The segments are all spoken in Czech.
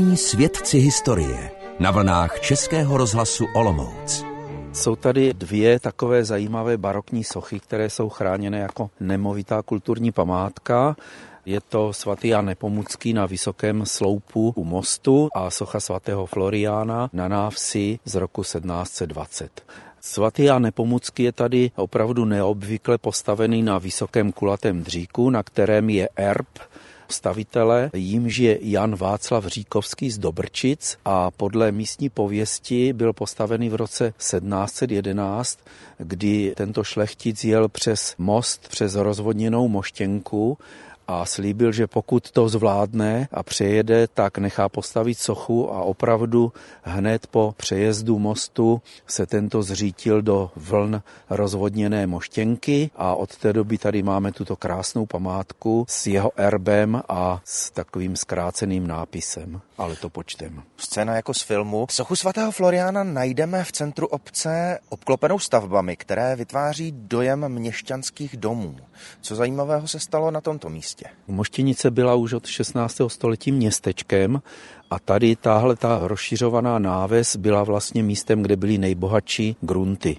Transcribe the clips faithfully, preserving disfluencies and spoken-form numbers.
Nedělní svědci historie na vlnách Českého rozhlasu Olomouc. Jsou tady dvě takové zajímavé barokní sochy, které jsou chráněné jako nemovitá kulturní památka. Je to svatý Jan Nepomucký na vysokém sloupu u mostu a socha svatého Floriána na návsi z roku sedmnáct set dvacet. Svatý Jan Nepomucký je tady opravdu neobvykle postavený na vysokém kulatém dříku, na kterém je erb stavitele, jímž je Jan Václav Říkovský z Dobrčic a podle místní pověsti byl postavený v roce sedmnáct set jedenáct, kdy tento šlechtic jel přes most, přes rozvodněnou Moštěnku a slíbil, že pokud to zvládne a přejede, tak nechá postavit sochu a opravdu hned po přejezdu mostu se tento zřítil do vln rozvodněné Moštěnky a od té doby tady máme tuto krásnou památku s jeho erbem a s takovým zkráceným nápisem, ale to počtem. Scéna jako z filmu. Sochu svatého Floriána najdeme v centru obce obklopenou stavbami, které vytváří dojem měšťanských domů. Co zajímavého se stalo na tomto místě? Moštěnice byla už od šestnáctého století městečkem a tady tahle ta rozšiřovaná náves byla vlastně místem, kde byly nejbohatší grunty.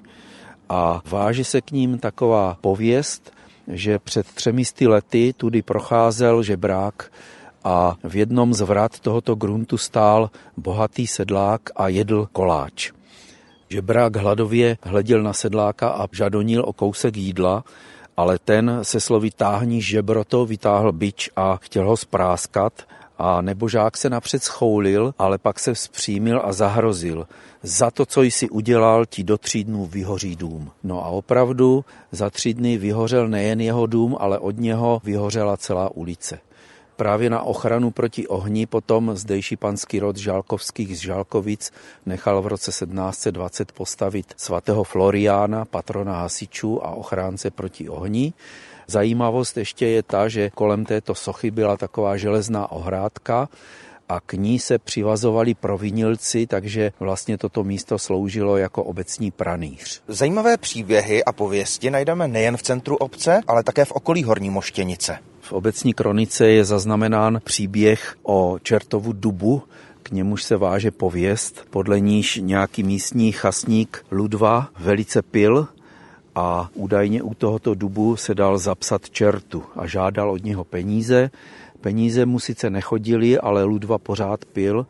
A váží se k ním taková pověst, že před třemi sty lety tudy procházel žebrák a v jednom z vrat tohoto gruntu stál bohatý sedlák a jedl koláč. Žebrák hladově hleděl na sedláka a žadonil o kousek jídla, ale ten se slovy táhni žebroto vytáhl bič a chtěl ho spráskat a nebožák se napřed schoulil, ale pak se vzpřímil a zahrozil. Za to, co jsi udělal, ti do tří dnů vyhoří dům. No a opravdu za tři dny vyhořel nejen jeho dům, ale od něho vyhořela celá ulice. Právě na ochranu proti ohni potom zdejší panský rod Žálkovských z Žálkovic nechal v roce sedmnáct set dvacet postavit svatého Floriána, patrona hasičů a ochránce proti ohni. Zajímavost ještě je ta, že kolem této sochy byla taková železná ohrádka a k ní se přivazovali provinilci, takže vlastně toto místo sloužilo jako obecní pranýř. Zajímavé příběhy a pověsti najdeme nejen v centru obce, ale také v okolí Horní Moštěnice. V obecní kronice je zaznamenán příběh o Čertovu dubu, k němuž se váže pověst, podle níž nějaký místní chasník Ludva velice pil a údajně u tohoto dubu se dal zapsat čertu a žádal od něho peníze. Peníze mu sice nechodily, ale Ludva pořád pil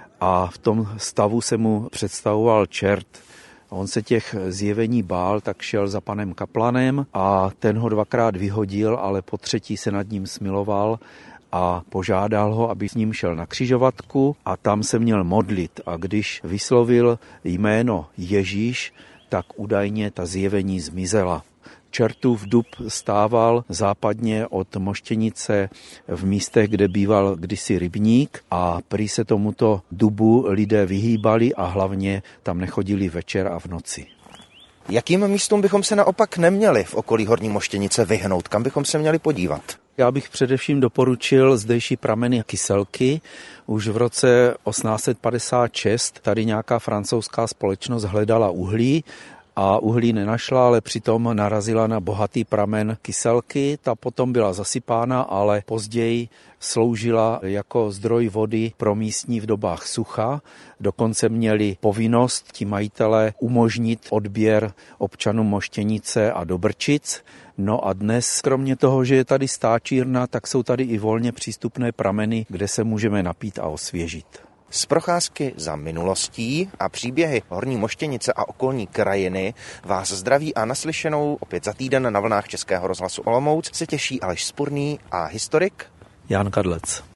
a v tom stavu se mu představoval čert. On se těch zjevení bál, tak šel za panem kaplanem a ten ho dvakrát vyhodil, ale po třetí se nad ním smiloval a požádal ho, aby s ním šel na křižovatku a tam se měl modlit. A když vyslovil jméno Ježíš, tak údajně ta zjevení zmizela. Čertův dub stával západně od Moštěnice v místech, kde býval kdysi rybník a prý se tomuto dubu lidé vyhýbali a hlavně tam nechodili večer a v noci. Jakým místům bychom se naopak neměli v okolí Horní Moštěnice vyhnout? Kam bychom se měli podívat? Já bych především doporučil zdejší prameny Kyselky. Už v roce osmnáct set padesát šest tady nějaká francouzská společnost hledala uhlí a uhlí nenašla, ale přitom narazila na bohatý pramen Kyselky. Ta potom byla zasypána, ale později sloužila jako zdroj vody pro místní v dobách sucha. Dokonce měli povinnost ti majitelé umožnit odběr občanům Moštěnice a Dobrčic. No a dnes, kromě toho, že je tady stáčírna, tak jsou tady i volně přístupné prameny, kde se můžeme napít a osvěžit. Z procházky za minulostí a příběhy Horní Moštěnice a okolní krajiny vás zdraví a naslyšenou opět za týden na vlnách Českého rozhlasu Olomouc se těší Aleš Spurný a historik Jan Kadlec.